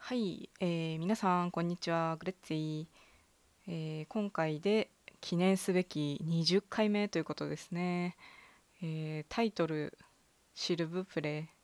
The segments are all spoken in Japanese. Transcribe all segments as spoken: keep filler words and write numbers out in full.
はい、えー皆さんこんにちは、グレッツィ、えー今回で記念すべきにじゅっかいめということですね。えータイトルシルブプレって、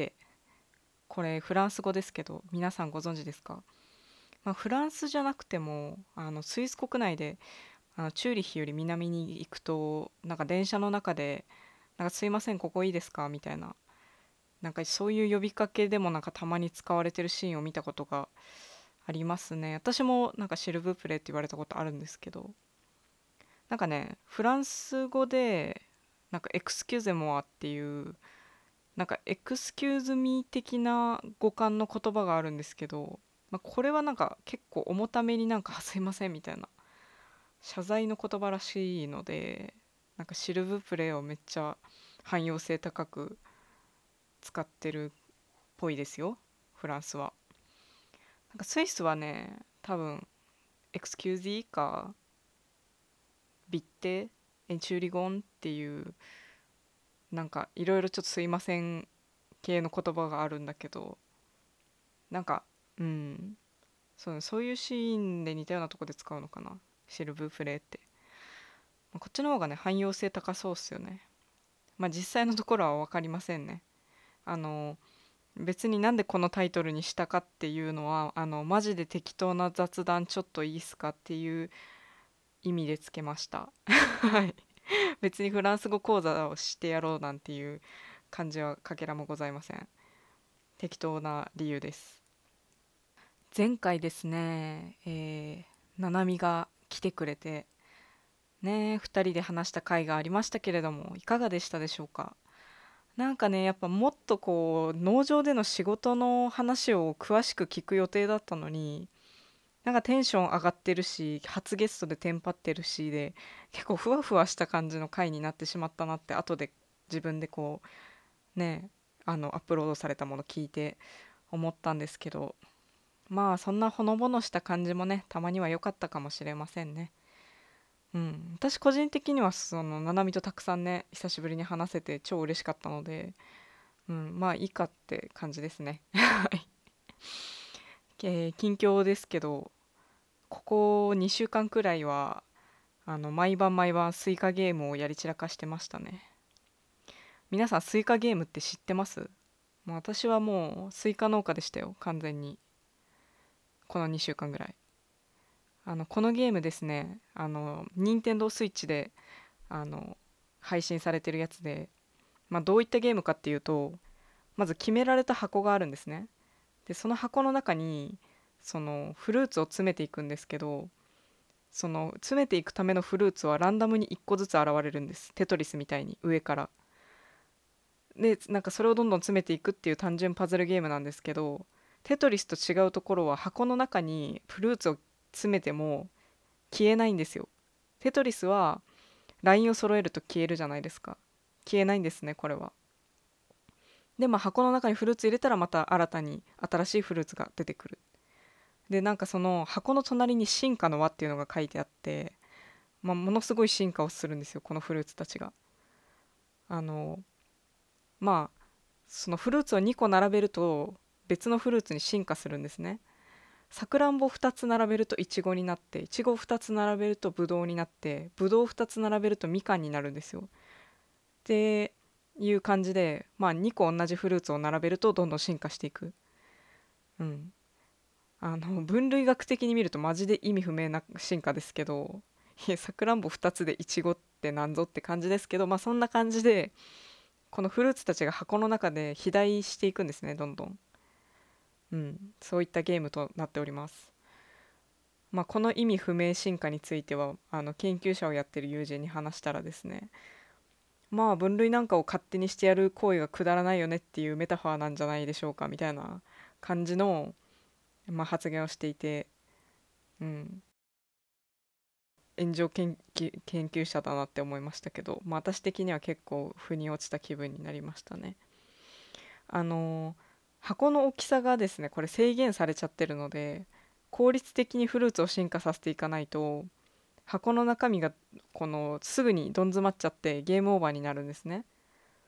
これフランス語ですけど皆さんご存知ですか？まあ、フランスじゃなくてもあのスイス国内であのチューリッヒより南に行くとなんか電車の中でなんかすいませんここいいですかみたいな、なんかそういう呼びかけでもなんかたまに使われてるシーンを見たことがありますね。私もなんかシルブプレって言われたことあるんですけど、なんかね、フランス語でなんかエクスキューゼモアっていうなんかエクスキューズミー的な語感の言葉があるんですけど、まあ、これはなんか結構重ためになんかあすいませんみたいな謝罪の言葉らしいので、なんかシルブプレをめっちゃ汎用性高く使ってるっぽいですよ、フランスは。なんかスイスはね、多分エクスキューズーかビッテエンチューリゴンっていうなんかいろいろちょっとすいません系の言葉があるんだけど、なんかうんそうね、そういうシーンで似たようなとこで使うのかな、シルブプレーって。まあこっちの方がね汎用性高そうっすよね。まあ実際のところは分かりませんね。あの別になんでこのタイトルにしたかっていうのは、あのマジで適当な雑談ちょっといいっすかっていう意味でつけました。はい。別にフランス語講座をしてやろうなんていう感じはかけらもございません。適当な理由です。前回ですね、えー、ななみが来てくれてね、ふたりで話した回がありましたけれども、いかがでしたでしょうか？なんかね、やっぱもっとこう農場での仕事の話を詳しく聞く予定だったのに、なんかテンション上がってるし初ゲストでテンパってるしで、結構ふわふわした感じの回になってしまったなって後で自分でこうね、あのアップロードされたもの聞いて思ったんですけど、まあそんなほのぼのした感じもねたまには良かったかもしれませんね。うん、私個人的にはそのななみとたくさんね久しぶりに話せて超嬉しかったので、うん、まあいいかって感じですね。はい。えー近況ですけど、ここにしゅうかんくらいはあの毎晩毎晩スイカゲームをやり散らかしてましたね。皆さんスイカゲームって知ってます？もう私はもうスイカ農家でしたよ完全に。このにしゅうかんぐらい、あのこのゲームですね、あの任天堂スイッチであの配信されてるやつで、まあ、どういったゲームかっていうと、まず決められた箱があるんですね。でその箱の中にそのフルーツを詰めていくんですけど、その詰めていくためのフルーツはランダムにいっこずつ現れるんです、テトリスみたいに上から。でなんかそれをどんどん詰めていくっていう単純パズルゲームなんですけど、テトリスと違うところは箱の中にフルーツを詰めても消えないんですよ。テトリスはラインを揃えると消えるじゃないですか。消えないんですねこれは。でまあ箱の中にフルーツ入れたらまた新たに新しいフルーツが出てくる。でなんかその箱の隣に進化の輪っていうのが書いてあって、まあ、ものすごい進化をするんですよこのフルーツたちが。あのまあそのフルーツをにこ並べると別のフルーツに進化するんですね。さくらんぼふたつ並べるとイチゴになって、イチゴふたつ並べるとブドウになって、ブドウふたつ並べるとみかんになるんですよ。っていう感じで、まあにこ同じフルーツを並べるとどんどん進化していく。うん。あの分類学的に見るとマジで意味不明な進化ですけど、いやさくらんぼふたつでイチゴってなんぞって感じですけど、まあそんな感じでこのフルーツたちが箱の中で肥大していくんですね、どんどん。うん、そういったゲームとなっております。まあ、この意味不明進化についてはあの研究者をやってる友人に話したらですね、まあ分類なんかを勝手にしてやる行為がくだらないよねっていうメタファーなんじゃないでしょうかみたいな感じの、まあ、発言をしていて、うん、炎上研究研究者だなって思いましたけど、まあ、私的には結構腑に落ちた気分になりましたね。あの箱の大きさがですねこれ制限されちゃってるので、効率的にフルーツを進化させていかないと箱の中身がこのすぐにどん詰まっちゃってゲームオーバーになるんですね。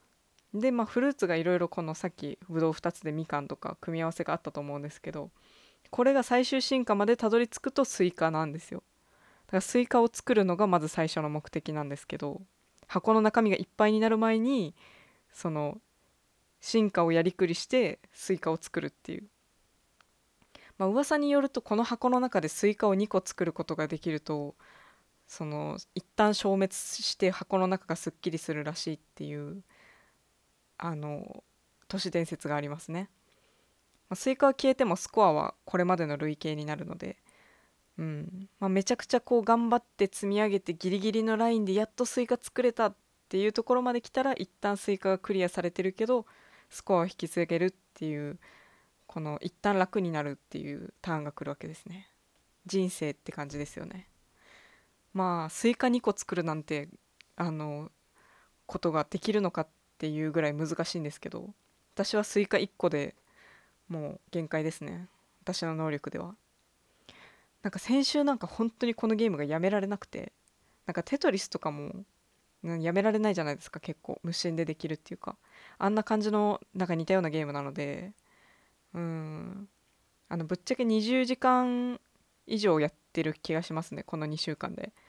でまあフルーツがいろいろ、このさっきぶどうふたつでみかんとか組み合わせがあったと思うんですけど、これが最終進化までたどり着くとスイカなんですよ。だからスイカを作るのがまず最初の目的なんですけど、箱の中身がいっぱいになる前にその進化をやりくりしてスイカを作るっていう。まあ噂によると、この箱の中でスイカをにこ作ることができると、その一旦消滅して箱の中がすっきりするらしいっていうあの都市伝説がありますね。まあ、スイカは消えてもスコアはこれまでの累計になるので、うんまあ、めちゃくちゃこう頑張って積み上げてギリギリのラインでやっとスイカ作れたっていうところまで来たら、一旦スイカがクリアされてるけどスコアを引き継げるっていう、この一旦楽になるっていうターンが来るわけですね。人生って感じですよね。まあスイカにこ作るなんてあのことができるのかっていうぐらい難しいんですけど、私はスイカいっこでもう限界ですね、私の能力では。なんか先週なんか本当にこのゲームがやめられなくて、なんかテトリスとかもうんやめられないじゃないですか、結構無心でできるっていうか、あんな感じのなんか似たようなゲームなので、うーんあのぶっちゃけにじゅうじかん以上やってる気がしますね、このにしゅうかんで。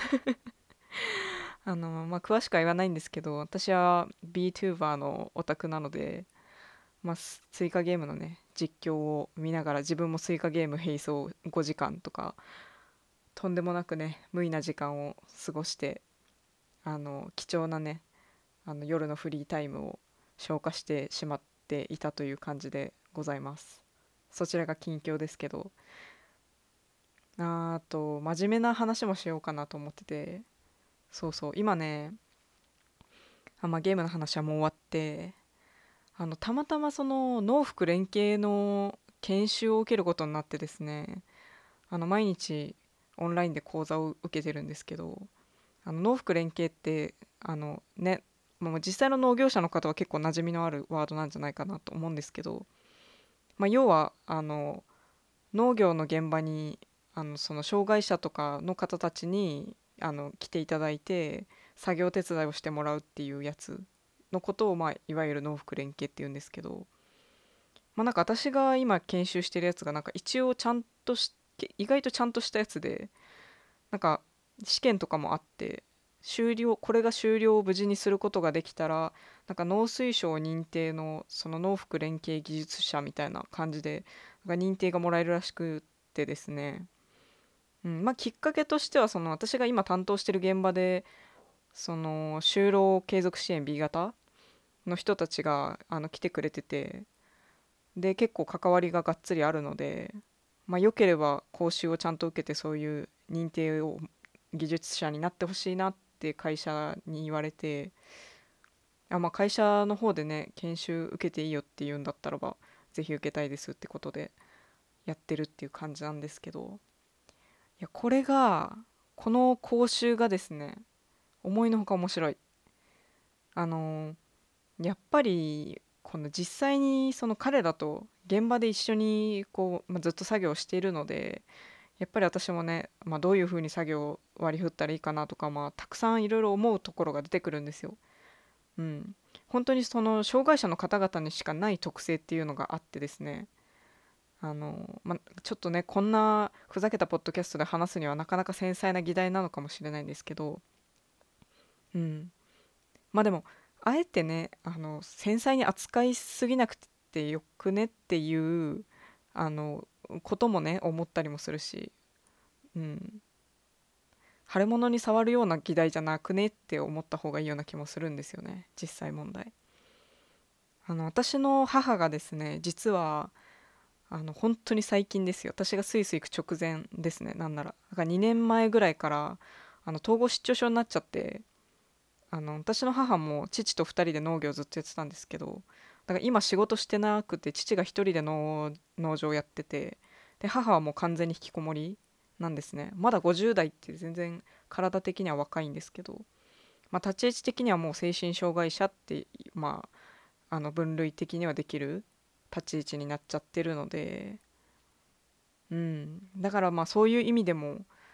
あのまあ詳しくは言わないんですけど、私は VTuber のオタクなので、まあ、スイカゲームのね実況を見ながら自分もスイカゲーム並走ごじかんとか、とんでもなくね無意な時間を過ごして、あの貴重なねあの夜のフリータイムを消化してしまっていたという感じでございます。そちらが近況ですけど、ああと真面目な話もしようかなと思ってて、そうそう今ね、あ、まあ、ゲームの話はもう終わって、あのたまたまその農福連携の研修を受けることになってですね、あの毎日オンラインで講座を受けてるんですけど、あの農福連携ってあのね、まあ、実際の農業者の方は結構馴染みのあるワードなんじゃないかなと思うんですけど、まあ、要はあの農業の現場にあのその障害者とかの方たちにあの来ていただいて作業手伝いをしてもらうっていうやつのことを、まあ、いわゆる農福連携っていうんですけど、まあ、なんか私が今研修してるやつがなんか一応ちゃんとし意外とちゃんとしたやつで、なんか試験とかもあって、終了これが終了を無事にすることができたら、なんか農水省認定のその農福連携技術者みたいな感じでなんか認定がもらえるらしくってですね、うんまあ、きっかけとしてはその私が今担当してる現場でその就労継続支援 B 型の人たちがあの来てくれてて、で結構関わりががっつりあるので、まあ、良ければ講習をちゃんと受けてそういう認定を技術者になってほしいなって会社に言われて、あ、まあ会社の方でね研修受けていいよって言うんだったらばぜひ受けたいですってことでやってるっていう感じなんですけど、いやこれがこの講習がですね思いのほか面白い。あのやっぱりこの実際にその彼らと現場で一緒にこう、まあ、ずっと作業しているので、やっぱり私もね、まあ、どういうふうに作業を割り振ったらいいかなとか、まあ、たくさんいろいろ思うところが出てくるんですよ。うん、本当にその障害者の方々にしかない特性っていうのがあってですね、あの、まあ、ちょっとねこんなふざけたポッドキャストで話すにはなかなか繊細な議題なのかもしれないんですけど、うん、まあでもあえてねあの繊細に扱いすぎなくてよくねっていうあのこともね思ったりもするし、うん、腫れ物に触るような議題じゃなくねって思った方がいいような気もするんですよね、実際問題。あの私の母がですね実はあの本当に最近ですよ、私がスイス行く直前ですね、なんならだからにねんまえぐらいからあの統合失調症になっちゃって、あの私の母も父とふたりで農業をずっとやってたんですけど、だから今仕事してなくて父がひとりで農、農場をやってて、で母はもう完全に引きこもりなんですね。まだごじゅう代って全然体的には若いんですけど、まあ、立ち位置的にはもう精神障害者って、まあ、あの分類的にはできる立ち位置になっちゃってるので、うん、だからまあそういう意味でも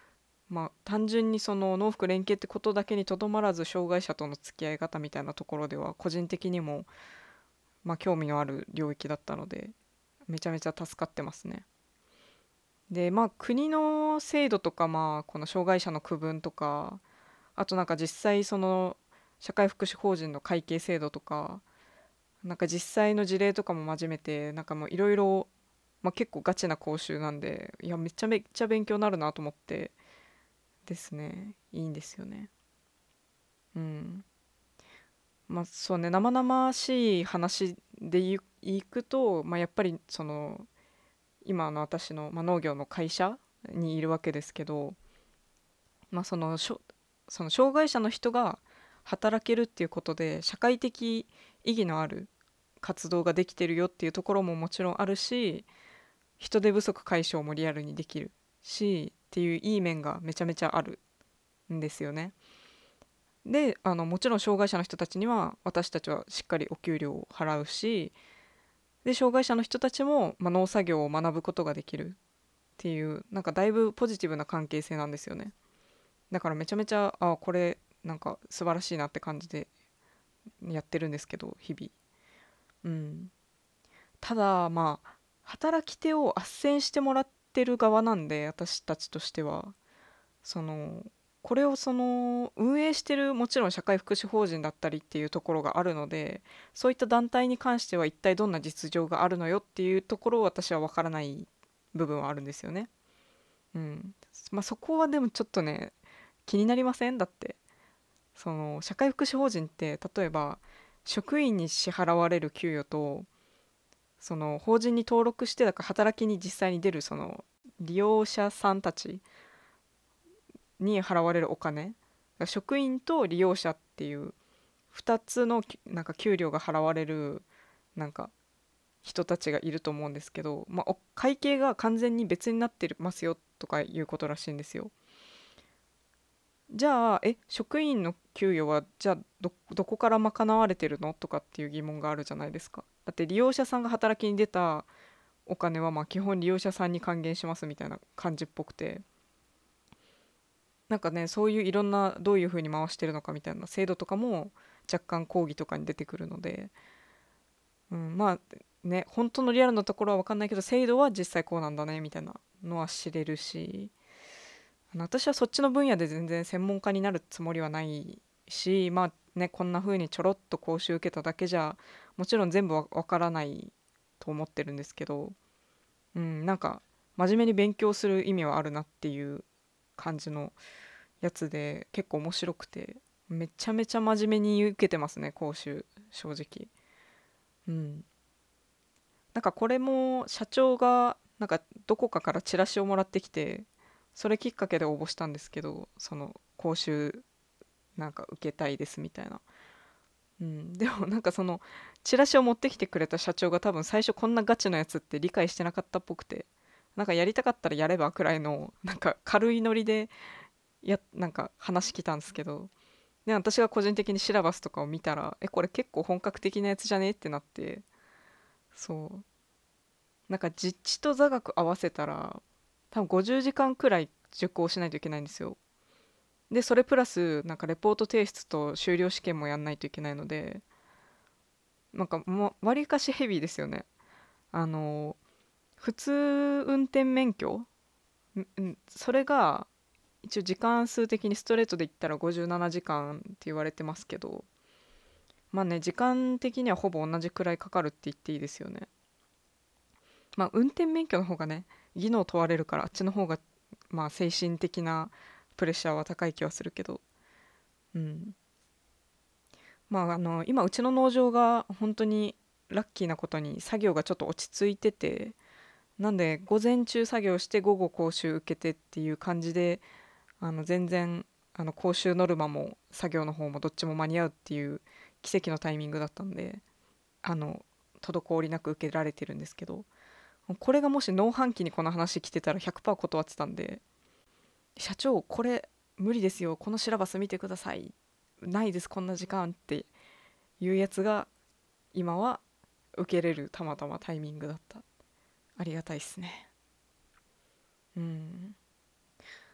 まあ単純にその農福連携ってことだけにとどまらず、障害者との付き合い方みたいなところでは個人的にもまあ興味のある領域だったので、めちゃめちゃ助かってますね。でまあ国の制度とか、まあこの障害者の区分とか、あとなんか実際その社会福祉法人の会計制度とか、なんか実際の事例とかも真面目で、なんかもういろいろ、まあ結構ガチな講習なんで、いやめちゃめちゃ勉強になるなと思ってですね、いいんですよね。うん。まあそうね、生々しい話でいいくと、まあ、やっぱりその今の私の、まあ、農業の会社にいるわけですけど、まあ、そのしょその障害者の人が働けるっていうことで社会的意義のある活動ができてるよっていうところももちろんあるし、人手不足解消もリアルにできるしっていういい面がめちゃめちゃあるんですよね。であのもちろん障害者の人たちには私たちはしっかりお給料を払うし、で障害者の人たちも、まあ、農作業を学ぶことができるっていう、なんかだいぶポジティブな関係性なんですよね。だからめちゃめちゃあこれなんか素晴らしいなって感じでやってるんですけど日々。うん。ただまあ働き手を斡旋してもらってる側なんで、私たちとしてはそのこれをその運営してるもちろん社会福祉法人だったりっていうところがあるので、そういった団体に関しては一体どんな実情があるのよっていうところを私は分からない部分はあるんですよね。うん。まあそこはでもちょっとね気になりません？だってその社会福祉法人って例えば職員に支払われる給与と、その法人に登録してだから働きに実際に出るその利用者さんたちに払われるお金、職員と利用者っていうふたつのなんか給料が払われるなんか人たちがいると思うんですけど、まあ、会計が完全に別になってますよとかいうことらしいんですよ。じゃあえ職員の給与はじゃあ ど, どこから賄われてるのとかっていう疑問があるじゃないですか。だって利用者さんが働きに出たお金はまあ基本利用者さんに還元しますみたいな感じっぽくて、なんかねそういういろんなどういう風に回してるのかみたいな制度とかも若干講義とかに出てくるので、うん、まあね本当のリアルなところは分かんないけど制度は実際こうなんだねみたいなのは知れるし、あの私はそっちの分野で全然専門家になるつもりはないし、まあねこんな風にちょろっと講習受けただけじゃもちろん全部わ分からないと思ってるんですけど、うん、なんか真面目に勉強する意味はあるなっていう感じのやつで結構面白くて、めちゃめちゃ真面目に受けてますね講習正直。うん。なんかこれも社長がなんかどこかからチラシをもらってきて、それきっかけで応募したんですけど、その講習なんか受けたいですみたいな。うん、でもなんかそのチラシを持ってきてくれた社長が多分最初こんなガチのやつって理解してなかったっぽくて、なんかやりたかったらやればくらいのなんか軽いノリでやなんか話来たんですけど、で私が個人的にシラバスとかを見たらえこれ結構本格的なやつじゃねってなって、そうなんか実地と座学合わせたら多分ごじゅうじかんくらい受講しないといけないんですよ。でそれプラスなんかレポート提出と修了試験もやんないといけないので、なんかもうわりかしヘビーですよね。あの普通運転免許、んそれが一応時間数的にストレートで言ったらごじゅうななじかんって言われてますけど、まあね時間的にはほぼ同じくらいかかるって言っていいですよね。まあ運転免許の方がね技能問われるから、あっちの方がまあ精神的なプレッシャーは高い気はするけど、うんまああの今うちの農場が本当にラッキーなことに作業がちょっと落ち着いてて、なんで午前中作業して午後講習受けてっていう感じで、あの全然あの講習ノルマも作業の方もどっちも間に合うっていう奇跡のタイミングだったんで、あの滞りなく受けられてるんですけど、これがもし農飯期にこの話来てたらひゃくパーセント断ってたんで、社長これ無理ですよ、このシラバス見てください、ないですこんな時間っていうやつが今は受けれるたまたまタイミングだった。ありがたいっすね。うん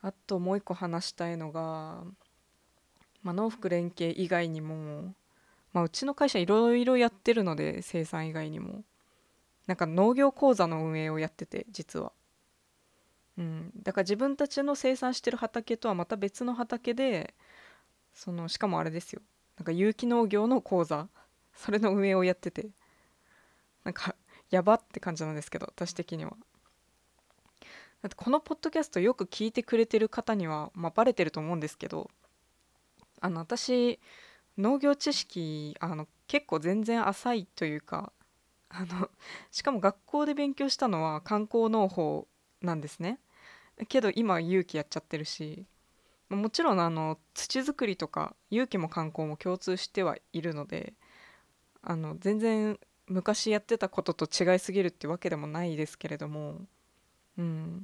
あともう一個話したいのが、まあ、農福連携以外にも、まあ、うちの会社いろいろやってるので、生産以外にもなんか農業講座の運営をやってて、実は、うん、だから自分たちの生産してる畑とはまた別の畑で、そのしかもあれですよ、なんか有機農業の講座、それの運営をやってて、なんかやばって感じなんですけど、私的には。だってこのポッドキャストよく聞いてくれてる方には、まあ、バレてると思うんですけど、あの私農業知識あの結構全然浅いというか、あのしかも学校で勉強したのは観光農法なんですね。けど今有機やっちゃってるし、もちろんあの土作りとか有機も観光も共通してはいるので、あの全然昔やってたことと違いすぎるってわけでもないですけれども、うん、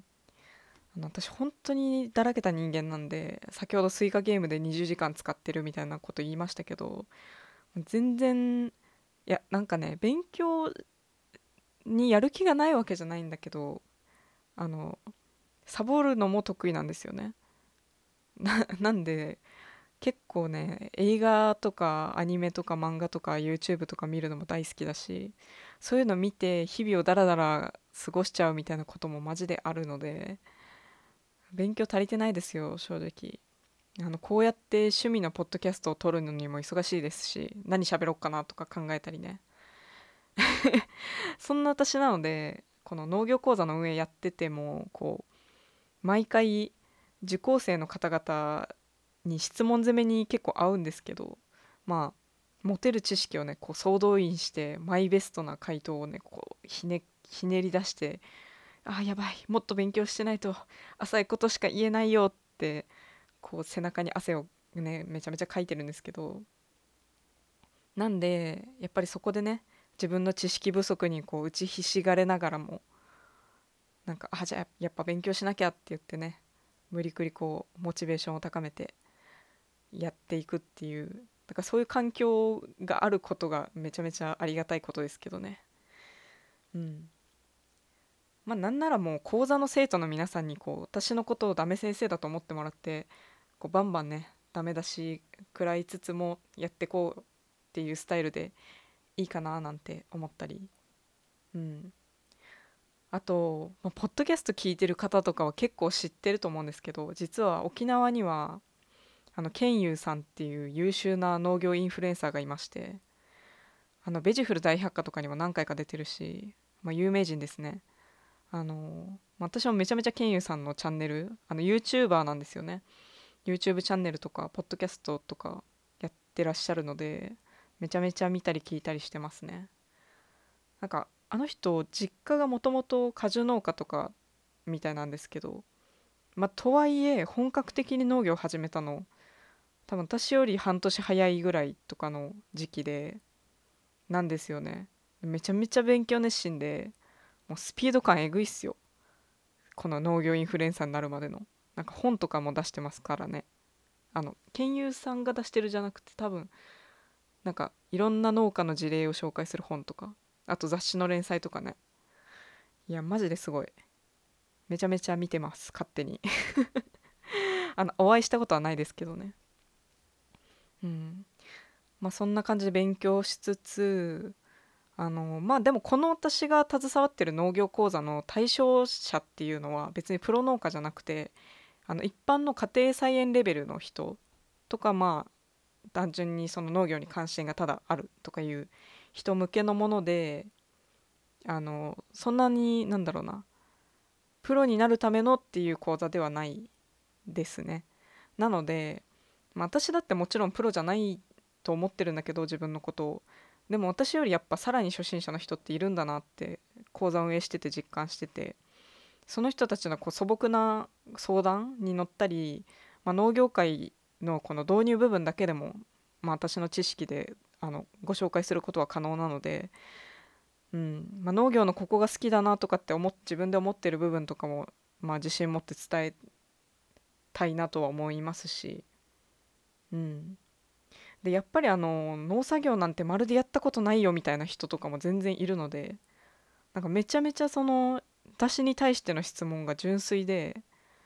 あの私本当にだらけた人間なんで、先ほどスイカゲームでにじゅうじかん使ってるみたいなこと言いましたけど、全然、いやなんかね、勉強にやる気がないわけじゃないんだけど、あのサボるのも得意なんですよね。ななんで結構ね、映画とかアニメとか漫画とか YouTube とか見るのも大好きだし、そういうの見て日々をダラダラ過ごしちゃうみたいなこともマジであるので、勉強足りてないですよ、正直。あのこうやって趣味のポッドキャストを撮るのにも忙しいですし、何喋ろうかなとか考えたりね。そんな私なので、この農業講座の運営やってても、こう毎回受講生の方々に質問攻めに結構合うんですけど、まあ持てる知識をねこう総動員してマイベストな回答をねこうひねひねり出して、あーやばい、もっと勉強してないと浅いことしか言えないよって、こう背中に汗をねめちゃめちゃかいてるんですけど、なんでやっぱりそこでね、自分の知識不足にこう打ちひしがれながらも、なんかあじゃあやっぱ勉強しなきゃって言ってね、無理くりこうモチベーションを高めてやっていくっていう、だからそういう環境があることがめちゃめちゃありがたいことですけどね。うん。まあなんならもう講座の生徒の皆さんにこう私のことをダメ先生だと思ってもらって、こうバンバンねダメ出し食らいつつもやってこうっていうスタイルでいいかななんて思ったり、うん。あと、まあ、ポッドキャスト聞いてる方とかは結構知ってると思うんですけど、実は沖縄にはあのケンユーさんっていう優秀な農業インフルエンサーがいまして、あのベジフル大百科とかにも何回か出てるし、まあ、有名人ですね。あの私もめちゃめちゃケンユーさんのチャンネル、あの YouTuber なんですよね。 YouTube チャンネルとかポッドキャストとかやってらっしゃるので、めちゃめちゃ見たり聞いたりしてますね。なんかあの人実家がもともと果樹農家とかみたいなんですけど、まあとはいえ本格的に農業を始めたの多分私より半年早いぐらいとかの時期で、なんですよね。めちゃめちゃ勉強熱心で、もうスピード感えぐいっすよ、この農業インフルエンサーになるまでの。なんか本とかも出してますからね。あの研究さんが出してるじゃなくて、多分なんかいろんな農家の事例を紹介する本とか、あと雑誌の連載とかね。いやマジですごい、めちゃめちゃ見てます勝手に。あのお会いしたことはないですけどね。うん。まあそんな感じで勉強しつつ、あのまあでもこの私が携わってる農業講座の対象者っていうのは別にプロ農家じゃなくて、あの一般の家庭菜園レベルの人とか、まあ単純にその農業に関心がただあるとかいう人向けのもので、あのそんなになんだろうな、プロになるためのっていう講座ではないですね。なので、まあ、私だってもちろんプロじゃないと思ってるんだけど、自分のことを。でも私よりやっぱさらに初心者の人っているんだなって講座運営してて実感してて、その人たちのこう素朴な相談に乗ったり、まあ、農業界のこの導入部分だけでも、まあ、私の知識であのご紹介することは可能なので、うんまあ、農業のここが好きだなとかって思っ自分で思ってる部分とかも、まあ、自信持って伝えたいなとは思いますし、うん、でやっぱりあの農作業なんてまるでやったことないよみたいな人とかも全然いるので、なんかめちゃめちゃその私に対しての質問が純粋で、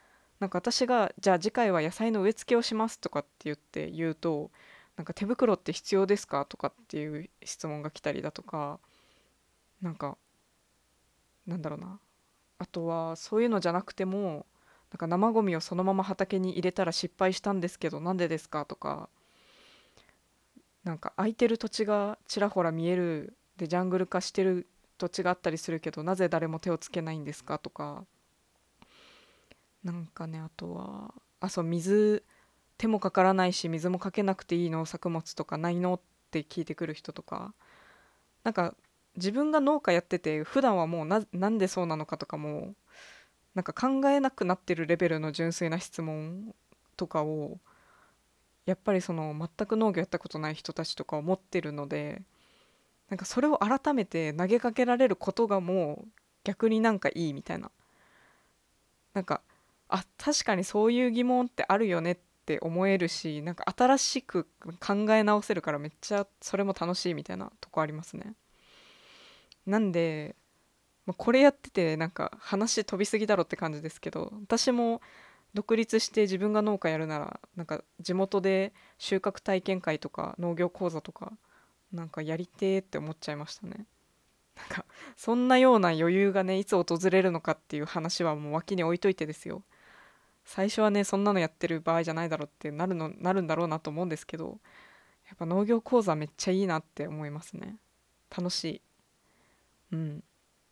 なんか私がじゃあ次回は野菜の植え付けをしますとかって言って言うと、なんか手袋って必要ですかとかっていう質問が来たりだとか、なんかなんだろうな、あとはそういうのじゃなくても、なんか生ゴミをそのまま畑に入れたら失敗したんですけどなんでですかとか、なんか空いてる土地がちらほら見えるでジャングル化してる土地があったりするけどなぜ誰も手をつけないんですかとか、なんかね、あとはあそう水手もかからないし水もかけなくていい農作物とかないのって聞いてくる人とか、なんか自分が農家やってて普段はもうな、なんでそうなのかとかもなんか考えなくなってるレベルの純粋な質問とかを、やっぱりその全く農業やったことない人たちとか思ってるので、なんかそれを改めて投げかけられることがもう逆になんかいいみたいな、なんかあ確かにそういう疑問ってあるよねって思えるし、なんか新しく考え直せるからめっちゃそれも楽しいみたいなとこありますね。なんで、まあ、これやっててなんか話飛びすぎだろって感じですけど、私も独立して自分が農家やるならなんか地元で収穫体験会とか農業講座とかなんかやりてーって思っちゃいましたね。なんかそんなような余裕がねいつ訪れるのかっていう話はもう脇に置いといてですよ、最初はねそんなのやってる場合じゃないだろうってなるのなるんだろうなと思うんですけど、やっぱ農業講座めっちゃいいなって思いますね。楽しい。うん。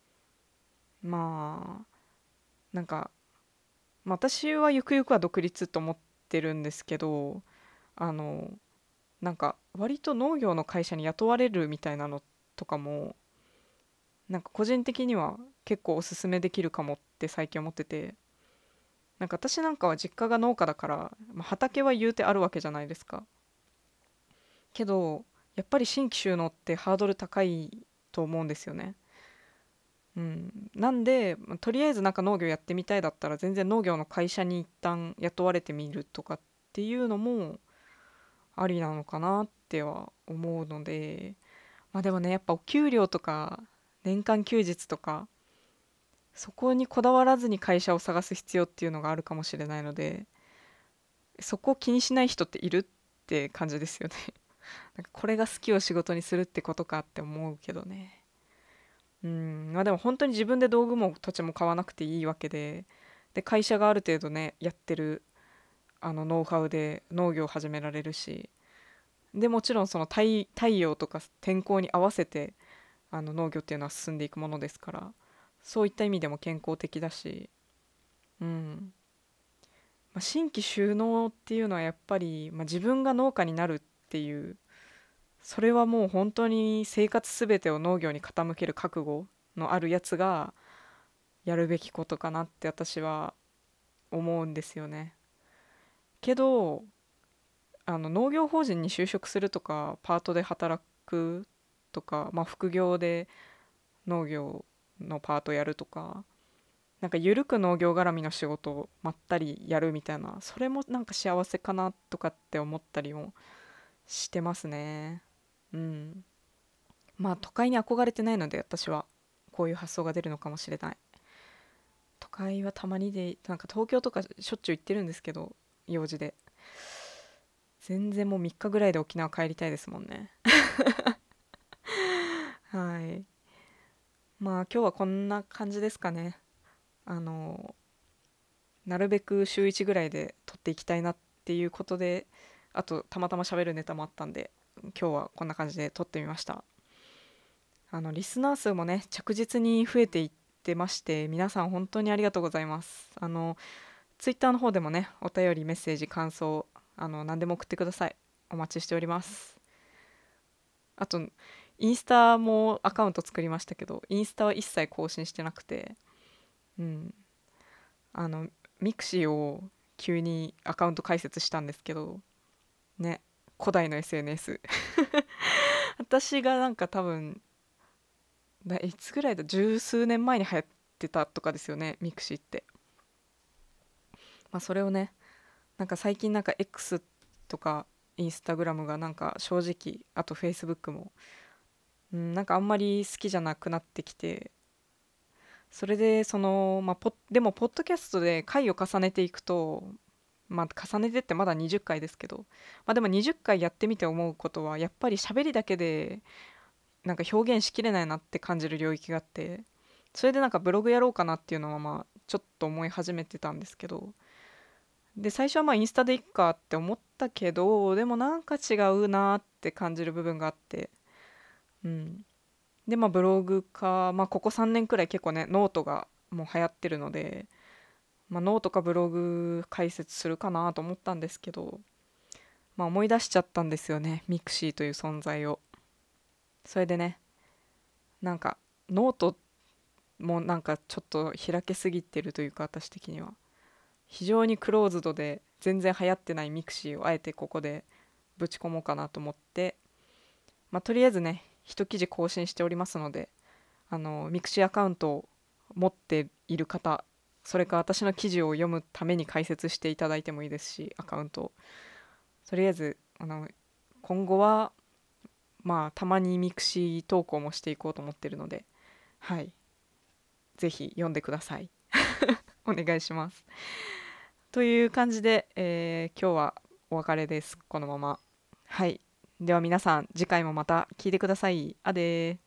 まあなんか、まあ、私はゆくゆくは独立と思ってるんですけど、あのなんか割と農業の会社に雇われるみたいなのとかもなんか個人的には結構おすすめできるかもって最近思ってて、なんか私なんかは実家が農家だから、まあ、畑は言うてあるわけじゃないですか。けどやっぱり新規収納ってハードル高いと思うんですよね。うん、なんで、まあとりあえずなんか農業やってみたいだったら全然農業の会社に一旦雇われてみるとかっていうのもありなのかなっては思うので、まあでもねやっぱお給料とか年間休日とかそこにこだわらずに会社を探す必要っていうのがあるかもしれないので、そこを気にしない人っているって感じですよね。なんかこれが好きを仕事にするってことかって思うけどね。うん、まあでも本当に自分で道具も土地も買わなくていいわけで、で会社がある程度ねやってるあのノウハウで農業を始められるし、でもちろんその太、太陽とか天候に合わせてあの農業っていうのは進んでいくものですから、そういった意味でも健康的だし、うん、まあ、新規収納っていうのはやっぱり、まあ、自分が農家になるっていう、それはもう本当に生活すべてを農業に傾ける覚悟のあるやつがやるべきことかなって私は思うんですよね。けどあの農業法人に就職するとかパートで働くとか、まあ、副業で農業のパートやるとか、なんか緩く農業絡みの仕事をまったりやるみたいな、それもなんか幸せかなとかって思ったりもしてますね。うん。まあ都会に憧れてないので私はこういう発想が出るのかもしれない。都会はたまにで、なんか東京とかしょっちゅう行ってるんですけど、用事で。全然もうみっかぐらいで沖縄帰りたいですもんね。はい。まあ今日はこんな感じですかね。あの、なるべく週いちぐらいで撮っていきたいなっていうことで、あとたまたま喋るネタもあったんで、今日はこんな感じで撮ってみました。あの、リスナー数もね、着実に増えていってまして、皆さん本当にありがとうございます。あの、ツイッターの方でもね、お便り、メッセージ、感想、あの、何でも送ってください。お待ちしております。あと、インスタもアカウント作りましたけど、インスタは一切更新してなくて、うん、あの、ミクシーを急にアカウント開設したんですけど、ね、古代の エスエヌエス。私がなんか多分、いつぐらいだ、十数年前に流行ってたとかですよね、ミクシーって。まあそれをね、なんか最近なんか X とかインスタグラムがなんか正直、あと Facebook も、うん、なんかあんまり好きじゃなくなってきて、 それでその、まあ、ポでもポッドキャストで回を重ねていくと、まあ、重ねてってまだにじゅっかいですけど、まあ、でもにじゅっかいやってみて思うことはやっぱり喋りだけでなんか表現しきれないなって感じる領域があって、それでなんかブログやろうかなっていうのはまあちょっと思い始めてたんですけど、で最初はまあインスタでいっかって思ったけど、でもなんか違うなって感じる部分があって、うんでまあブログか、まあここさんねんくらい結構ねノートがもう流行ってるので、まあ、ノートかブログ解説するかなと思ったんですけど、まあ、思い出しちゃったんですよね、ミクシーという存在を。それでね、なんかノートもなんかちょっと開けすぎてるというか、私的には非常にクローズドで全然流行ってないミクシーをあえてここでぶち込もうかなと思って、まあ、とりあえずね一記事更新しておりますので、あのミクシーアカウントを持っている方、それか私の記事を読むために解説していただいてもいいですし、アカウントをとりあえずあの今後はまあたまにミクシー投稿もしていこうと思ってるので、はいぜひ読んでください。お願いします。という感じで、えー今日はお別れです、このまま。はい、では皆さん次回もまた聞いてください。あでー